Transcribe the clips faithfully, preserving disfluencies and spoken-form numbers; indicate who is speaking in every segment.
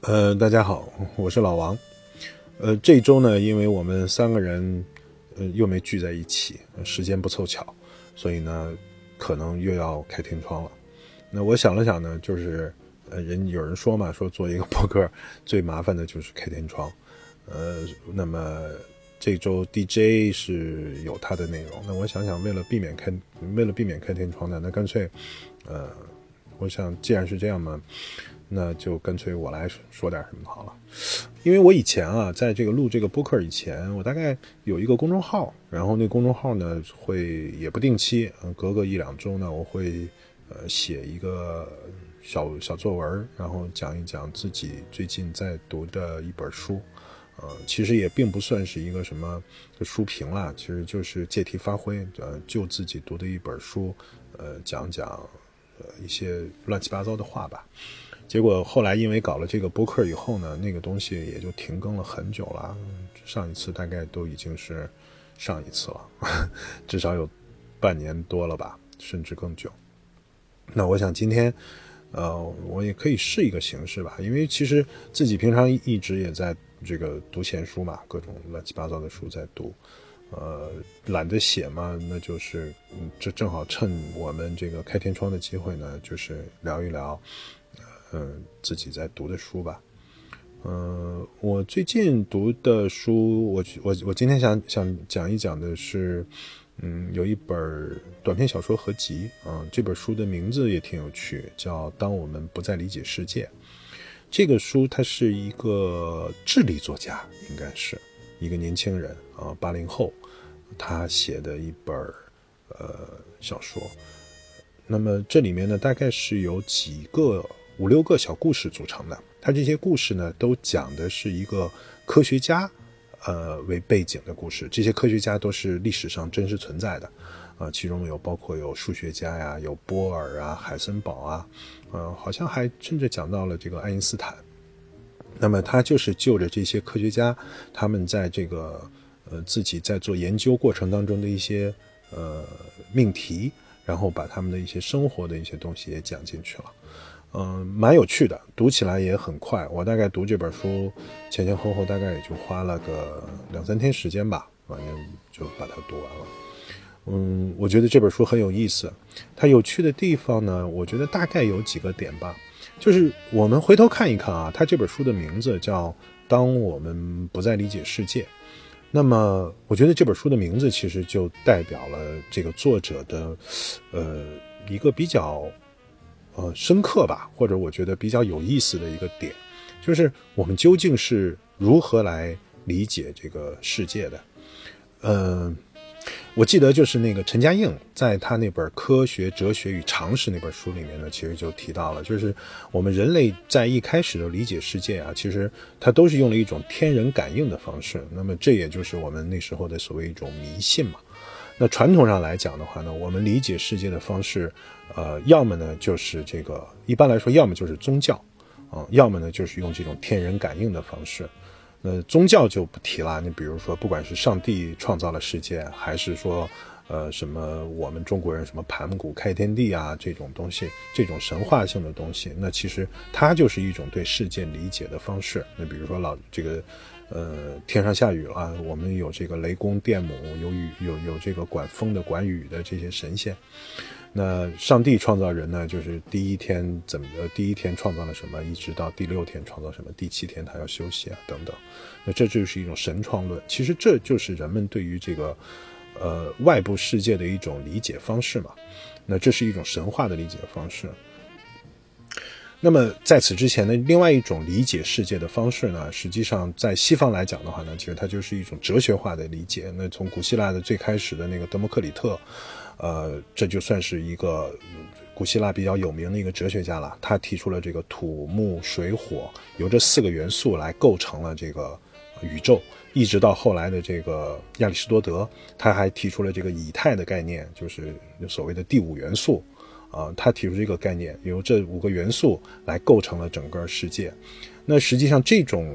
Speaker 1: 呃，大家好，我是老王。呃，这周呢，因为我们三个人，呃，又没聚在一起，时间不凑巧，所以呢，可能又要开天窗了。那我想了想呢，就是，呃，人有人说嘛，说做一个播客最麻烦的就是开天窗。呃，那么这周 D J 是有他的内容，那我想想，为了避免开，为了避免开天窗呢，那干脆，呃，我想既然是这样嘛。那就干脆我来说点什么好了。因为我以前啊，在这个录这个播客以前，我大概有一个公众号，然后那公众号呢会也不定期，隔个一两周呢，我会呃写一个小小作文，然后讲一讲自己最近在读的一本书。呃，其实也并不算是一个什么书评啦，其实就是借题发挥，呃，就自己读的一本书，呃，讲讲呃一些乱七八糟的话吧。结果后来因为搞了这个播客以后呢，那个东西也就停更了很久了，上一次大概都已经是上一次了，至少有半年多了吧，甚至更久。那我想今天呃，我也可以试一个形式吧，因为其实自己平常一直也在这个读闲书嘛，各种乱七八糟的书在读，呃，懒得写嘛，那就是嗯，这正好趁我们这个开天窗的机会呢，就是聊一聊嗯，自己在读的书吧。嗯、呃，我最近读的书，我我我今天想想讲一讲的是，嗯，有一本短篇小说合集啊、呃，这本书的名字也挺有趣，叫《当我们不再理解世界》。这个书它是一个智利作家，应该是一个年轻人啊，八零后，他写的一本呃小说。那么这里面呢，大概是有几个。五六个小故事组成的，它这些故事呢，都讲的是一个科学家，呃为背景的故事。这些科学家都是历史上真实存在的，呃，其中有包括有数学家呀，有波尔啊、海森堡啊，呃，好像还甚至讲到了这个爱因斯坦。那么他就是就着这些科学家，他们在这个呃自己在做研究过程当中的一些呃命题，然后把他们的一些生活的一些东西也讲进去了。嗯、呃，蛮有趣的，读起来也很快。我大概读这本书前前后后大概也就花了个两三天时间吧，反正就把它读完了。嗯，我觉得这本书很有意思。它有趣的地方呢，我觉得大概有几个点吧。就是我们回头看一看啊，它这本书的名字叫《当我们不再理解世界》。那么，我觉得这本书的名字其实就代表了这个作者的，呃，一个比较。呃，深刻吧，或者我觉得比较有意思的一个点，就是我们究竟是如何来理解这个世界的。呃，我记得就是那个陈嘉映在他那本《科学哲学与常识》那本书里面呢，其实就提到了，就是我们人类在一开始的理解世界啊，其实它都是用了一种天人感应的方式。那么这也就是我们那时候的所谓一种迷信嘛。那传统上来讲的话呢，我们理解世界的方式，呃，要么呢就是这个，一般来说，要么就是宗教，啊、呃，要么呢就是用这种天人感应的方式。那宗教就不提了，你比如说，不管是上帝创造了世界，还是说，呃，什么我们中国人什么盘古开天地啊这种东西，这种神话性的东西，那其实它就是一种对世界理解的方式。那比如说老这个。呃，天上下雨了，我们有这个雷公电母，有雨，有有这个管风的、管雨的这些神仙。那上帝创造人呢，就是第一天怎么的，第一天创造了什么，一直到第六天创造什么，第七天他要休息啊，等等。那这就是一种神创论。其实这就是人们对于这个呃外部世界的一种理解方式嘛。那这是一种神话的理解方式。那么在此之前呢，另外一种理解世界的方式呢，实际上在西方来讲的话呢，其实它就是一种哲学化的理解。那从古希腊的最开始的那个德谟克里特，呃，这就算是一个古希腊比较有名的一个哲学家了。他提出了这个土木水火由这四个元素来构成了这个宇宙，一直到后来的这个亚里士多德，他还提出了这个以太的概念，就是所谓的第五元素。啊，他提出这个概念，由这五个元素来构成了整个世界。那实际上这种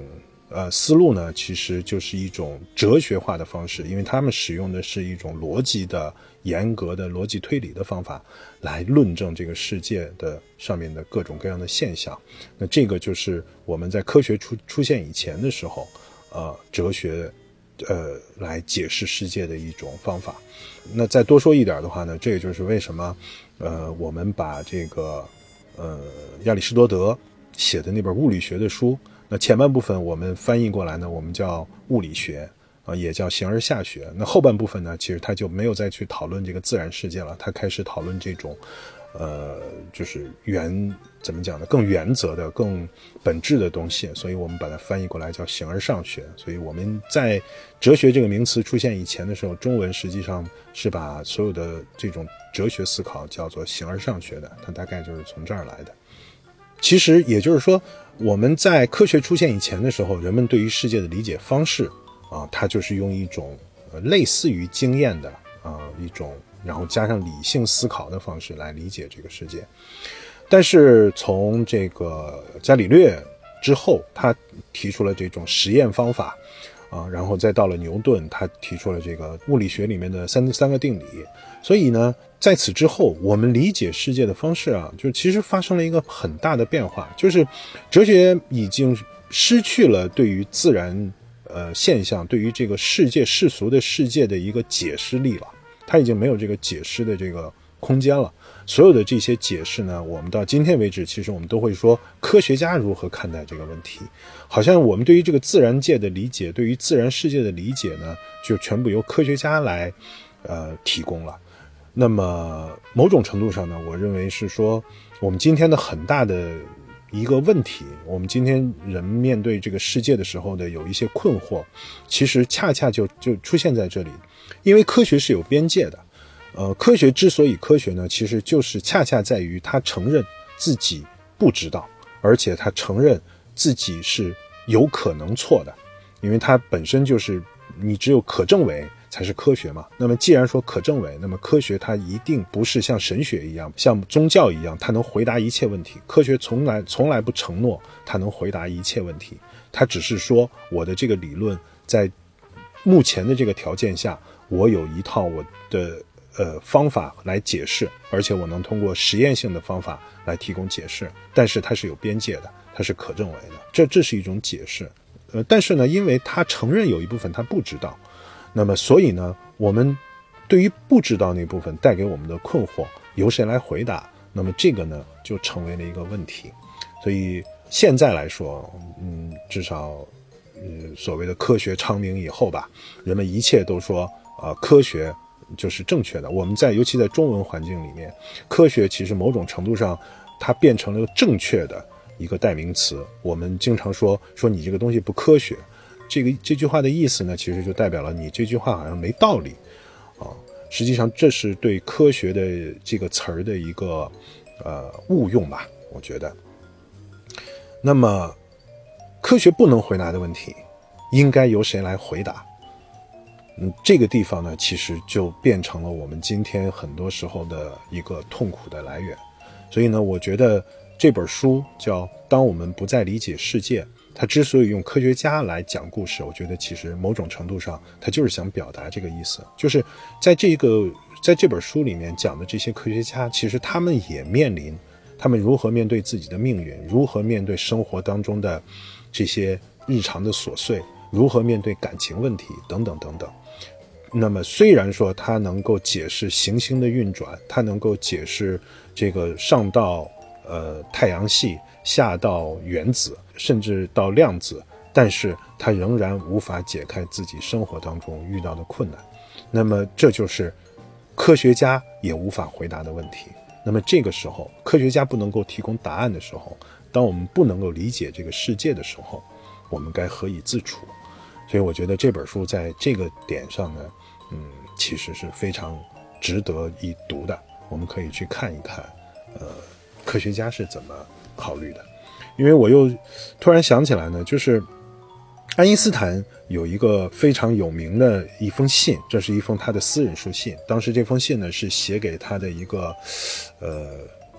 Speaker 1: 呃思路呢，其实就是一种哲学化的方式，因为他们使用的是一种逻辑的严格的逻辑推理的方法来论证这个世界的上面的各种各样的现象。那这个就是我们在科学出出现以前的时候，呃，哲学呃来解释世界的一种方法。那再多说一点的话呢，这也就是为什么呃我们把这个呃亚里士多德写的那本物理学的书，那前半部分我们翻译过来呢，我们叫物理学啊，也叫形而下学。那后半部分呢，其实他就没有再去讨论这个自然世界了，他开始讨论这种呃就是原怎么讲呢，更原则的更本质的东西，所以我们把它翻译过来叫形而上学。所以我们在哲学这个名词出现以前的时候，中文实际上是把所有的这种哲学思考叫做形而上学的，它大概就是从这儿来的。其实也就是说，我们在科学出现以前的时候，人们对于世界的理解方式啊，它就是用一种呃类似于经验的啊一种，然后加上理性思考的方式来理解这个世界。但是从这个伽利略之后，他提出了这种实验方法啊，然后再到了牛顿，他提出了这个物理学里面的三三个定理。所以呢，在此之后，我们理解世界的方式啊，就其实发生了一个很大的变化，就是哲学已经失去了对于自然呃现象，对于这个世界世俗的世界的一个解释力了，它已经没有这个解释的这个空间了。所有的这些解释呢，我们到今天为止，其实我们都会说科学家如何看待这个问题，好像我们对于这个自然界的理解，对于自然世界的理解呢，就全部由科学家来呃提供了。那么某种程度上呢，我认为是说我们今天的很大的一个问题，我们今天人面对这个世界的时候的有一些困惑，其实恰恰就就出现在这里。因为科学是有边界的，呃，科学之所以科学呢，其实就是恰恰在于他承认自己不知道，而且他承认自己是有可能错的，因为它本身就是你只有可证伪才是科学嘛。那么既然说可证伪，那么科学它一定不是像神学一样，像宗教一样，它能回答一切问题。科学从来从来不承诺它能回答一切问题，它只是说我的这个理论在目前的这个条件下，我有一套我的呃方法来解释，而且我能通过实验性的方法来提供解释，但是它是有边界的，它是可证伪的，这这是一种解释。呃，但是呢，因为他承认有一部分他不知道，那么所以呢，我们对于不知道那部分带给我们的困惑，由谁来回答？那么这个呢，就成为了一个问题。所以现在来说，嗯，至少，呃，所谓的科学昌明以后吧，人们一切都说，呃，科学就是正确的。我们在尤其在中文环境里面，科学其实某种程度上，它变成了正确的一个代名词。我们经常说说你这个东西不科学，这个这句话的意思呢，其实就代表了你这句话好像没道理啊。实际上这是对科学的这个词儿的一个呃误用吧，我觉得。那么科学不能回答的问题，应该由谁来回答？嗯，这个地方呢，其实就变成了我们今天很多时候的一个痛苦的来源。所以呢，我觉得这本书叫《当我们不再理解世界》，它之所以用科学家来讲故事，我觉得其实某种程度上，它就是想表达这个意思，就是在这个在这本书里面讲的这些科学家，其实他们也面临他们如何面对自己的命运，如何面对生活当中的这些日常的琐碎，如何面对感情问题等等等等。那么虽然说它能够解释行星的运转，它能够解释这个上到呃太阳系，下到原子，甚至到量子，但是它仍然无法解开自己生活当中遇到的困难。那么这就是科学家也无法回答的问题。那么这个时候，科学家不能够提供答案的时候，当我们不能够理解这个世界的时候，我们该何以自处？所以我觉得这本书在这个点上呢，嗯，其实是非常值得一读的。我们可以去看一看，呃，科学家是怎么考虑的。因为我又突然想起来呢，就是爱因斯坦有一个非常有名的一封信，这是一封他的私人书信。当时这封信呢是写给他的一个呃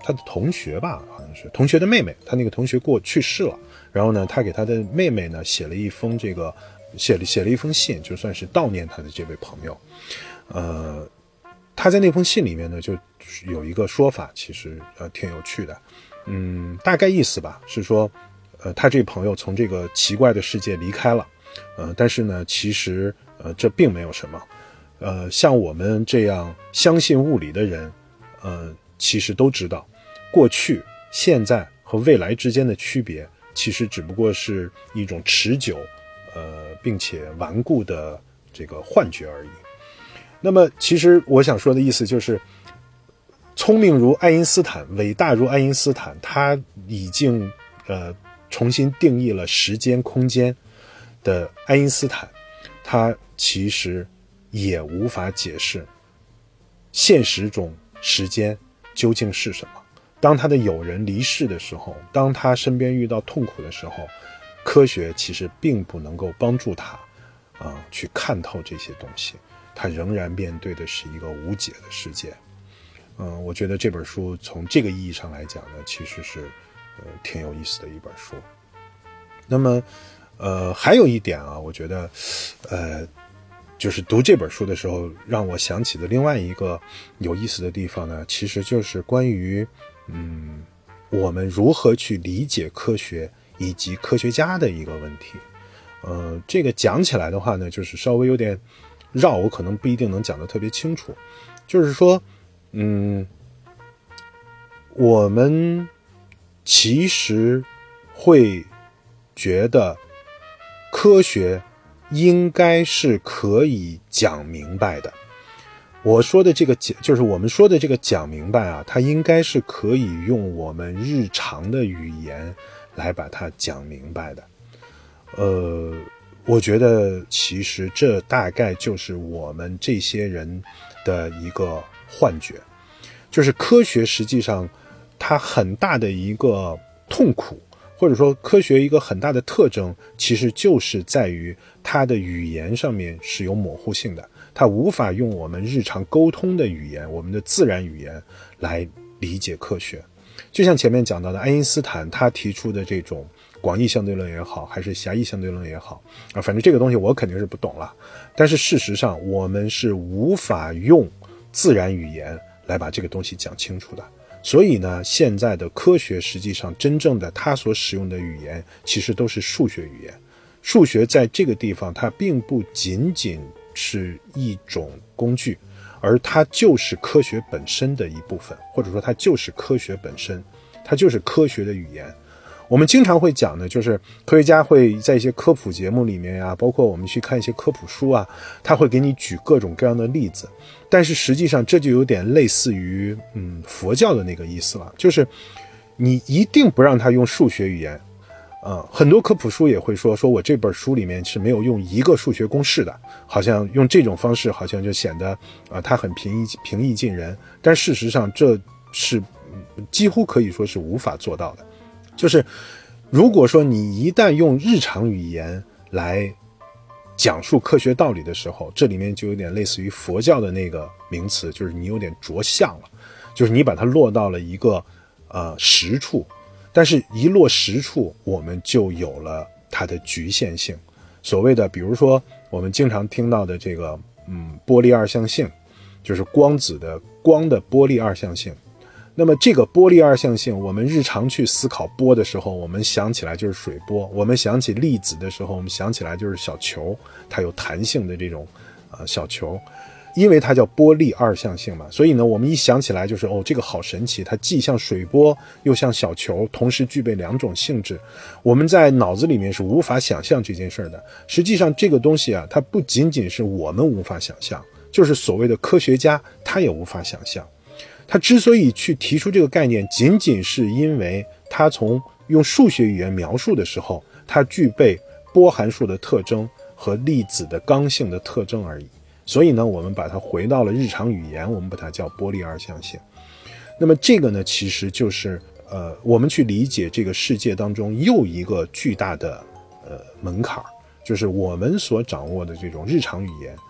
Speaker 1: 他的同学吧，好像是同学的妹妹，他那个同学过去世了，然后呢，他给他的妹妹呢写了一封这个写了写了一封信，就算是悼念他的这位朋友。呃，他在那封信里面呢，就有一个说法，其实呃挺有趣的，嗯，大概意思吧，是说，呃，他这朋友从这个奇怪的世界离开了，呃，但是呢，其实呃这并没有什么，呃，像我们这样相信物理的人，呃，其实都知道，过去、现在和未来之间的区别，其实只不过是一种持久，呃，并且顽固的这个幻觉而已。那么，其实我想说的意思就是，聪明如爱因斯坦，伟大如爱因斯坦，他已经呃重新定义了时间、空间的爱因斯坦，他其实也无法解释现实中时间究竟是什么。当他的友人离世的时候，当他身边遇到痛苦的时候，科学其实并不能够帮助他啊、呃、去看透这些东西，他仍然面对的是一个无解的世界。嗯，我觉得这本书从这个意义上来讲呢，其实是呃挺有意思的一本书。那么呃还有一点啊，我觉得呃就是读这本书的时候让我想起的另外一个有意思的地方呢，其实就是关于嗯我们如何去理解科学以及科学家的一个问题。呃这个讲起来的话呢，就是稍微有点绕，我可能不一定能讲得特别清楚。就是说嗯，我们其实会觉得科学应该是可以讲明白的。我说的这个就是我们说的这个讲明白啊，它应该是可以用我们日常的语言来把它讲明白的。呃，我觉得其实这大概就是我们这些人的一个幻觉，就是科学实际上它很大的一个痛苦，或者说科学一个很大的特征，其实就是在于它的语言上面是有模糊性的，它无法用我们日常沟通的语言，我们的自然语言来理解科学。就像前面讲到的爱因斯坦他提出的这种广义相对论也好，还是狭义相对论也好啊，反正这个东西我肯定是不懂了。但是事实上我们是无法用自然语言来把这个东西讲清楚的。所以呢，现在的科学实际上真正的它所使用的语言其实都是数学语言。数学在这个地方它并不仅仅是一种工具，而它就是科学本身的一部分，或者说它就是科学本身，它就是科学的语言。我们经常会讲的就是科学家会在一些科普节目里面啊，包括我们去看一些科普书啊，他会给你举各种各样的例子，但是实际上这就有点类似于嗯佛教的那个意思了，就是你一定不让他用数学语言。呃，很多科普书也会说，说我这本书里面是没有用一个数学公式的，好像用这种方式好像就显得啊、呃，它很平易平易近人。但事实上这是几乎可以说是无法做到的。就是如果说你一旦用日常语言来讲述科学道理的时候，这里面就有点类似于佛教的那个名词，就是你有点着相了，就是你把它落到了一个呃实处。但是一落实处，我们就有了它的局限性。所谓的比如说我们经常听到的这个嗯波粒二象性，就是光子的光的波粒二象性。那么这个波粒二象性，我们日常去思考波的时候，我们想起来就是水波；我们想起粒子的时候，我们想起来就是小球，它有弹性的这种呃小球。因为它叫波粒二象性嘛，所以呢我们一想起来就是哦，这个好神奇，它既像水波又像小球，同时具备两种性质。我们在脑子里面是无法想象这件事的。实际上这个东西啊，它不仅仅是我们无法想象，就是所谓的科学家他也无法想象。他之所以去提出这个概念，仅仅是因为他从用数学语言描述的时候，它具备波函数的特征和粒子的刚性的特征而已。所以呢，我们把它回到了日常语言，我们把它叫波粒二象性。那么这个呢，其实就是呃，我们去理解这个世界当中又一个巨大的呃门槛，就是我们所掌握的这种日常语言，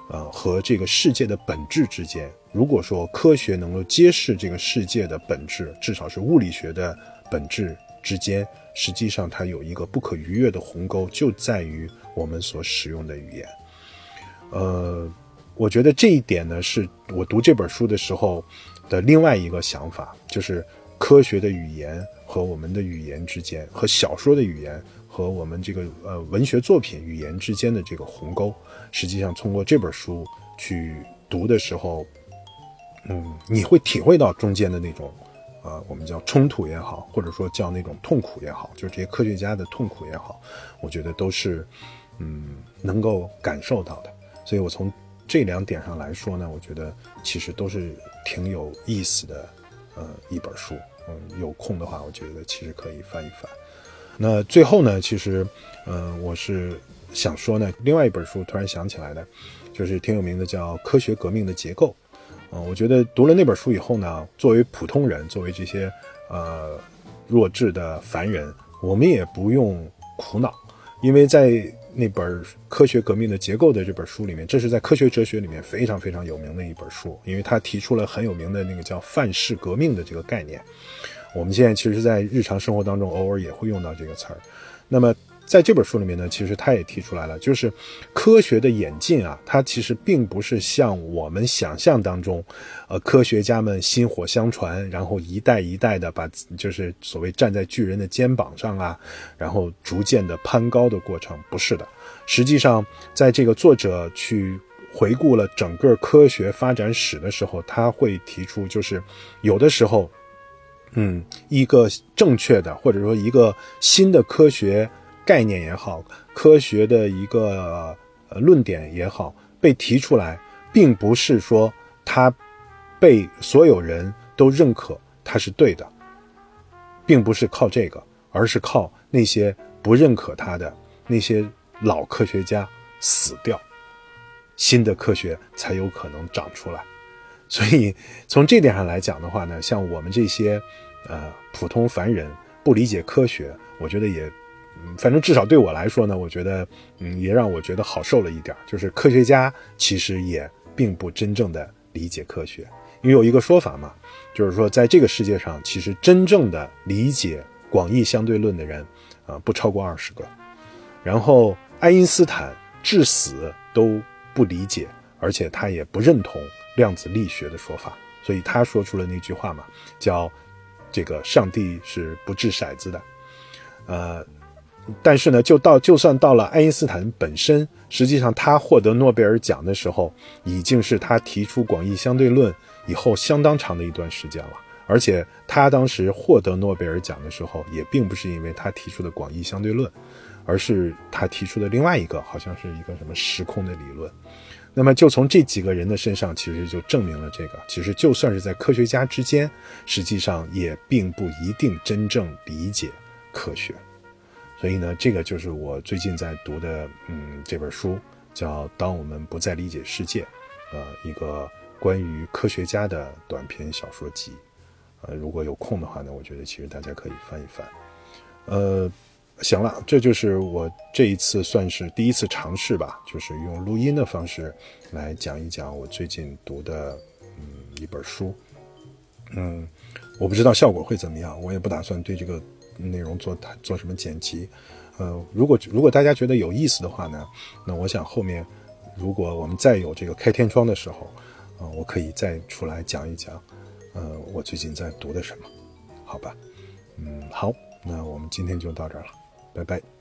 Speaker 1: 呃和这个世界的本质之间，如果说科学能够揭示这个世界的本质，至少是物理学的本质之间，实际上它有一个不可逾越的鸿沟，就在于我们所使用的语言。呃，我觉得这一点呢，是我读这本书的时候的另外一个想法，就是科学的语言和我们的语言之间，和小说的语言和我们这个呃文学作品语言之间的这个鸿沟，实际上通过这本书去读的时候，嗯，你会体会到中间的那种呃我们叫冲突也好，或者说叫那种痛苦也好，就是这些科学家的痛苦也好，我觉得都是嗯能够感受到的。所以我从这两点上来说呢，我觉得其实都是挺有意思的呃一本书。嗯，有空的话我觉得其实可以翻一翻。那最后呢，其实呃我是想说呢，另外一本书突然想起来的，就是挺有名的，叫《科学革命的结构》。嗯、呃，我觉得读了那本书以后呢，作为普通人，作为这些呃弱智的凡人，我们也不用苦恼，因为在那本科学革命的结构的这本书里面，这是在科学哲学里面非常非常有名的一本书，因为它提出了很有名的那个叫范式革命的这个概念。我们现在其实在日常生活当中偶尔也会用到这个词儿。那么在这本书里面呢，其实他也提出来了，就是科学的演进啊，它其实并不是像我们想象当中，呃，科学家们薪火相传，然后一代一代的把就是所谓站在巨人的肩膀上啊，然后逐渐的攀高的过程，不是的。实际上，在这个作者去回顾了整个科学发展史的时候，他会提出，就是有的时候，嗯，一个正确的或者说一个新的科学概念也好，科学的一个呃论点也好，被提出来，并不是说它被所有人都认可它是对的，并不是靠这个，而是靠那些不认可它的那些老科学家死掉，新的科学才有可能长出来。所以从这点上来讲的话呢，像我们这些呃普通凡人不理解科学，我觉得也反正至少对我来说呢，我觉得嗯也让我觉得好受了一点，就是科学家其实也并不真正的理解科学。因为有一个说法嘛，就是说在这个世界上，其实真正的理解广义相对论的人啊、呃、不超过二十个。然后爱因斯坦至死都不理解，而且他也不认同量子力学的说法，所以他说出了那句话嘛，叫这个上帝是不掷骰子的。呃但是呢，就到就算到了爱因斯坦本身，实际上他获得诺贝尔奖的时候，已经是他提出广义相对论以后相当长的一段时间了。而且他当时获得诺贝尔奖的时候，也并不是因为他提出的广义相对论，而是他提出的另外一个，好像是一个什么时空的理论。那么就从这几个人的身上，其实就证明了这个，其实就算是在科学家之间，实际上也并不一定真正理解科学。所以呢，这个就是我最近在读的嗯这本书，叫《当我们不再理解世界》，呃一个关于科学家的短篇小说集。呃如果有空的话呢，我觉得其实大家可以翻一翻。呃行了，这就是我这一次算是第一次尝试吧，就是用录音的方式来讲一讲我最近读的嗯一本书。嗯我不知道效果会怎么样，我也不打算对这个内容做做什么剪辑。呃如果如果大家觉得有意思的话呢，那我想后面如果我们再有这个开天窗的时候，呃我可以再出来讲一讲呃我最近在读的什么，好吧。嗯好，那我们今天就到这儿了，拜拜。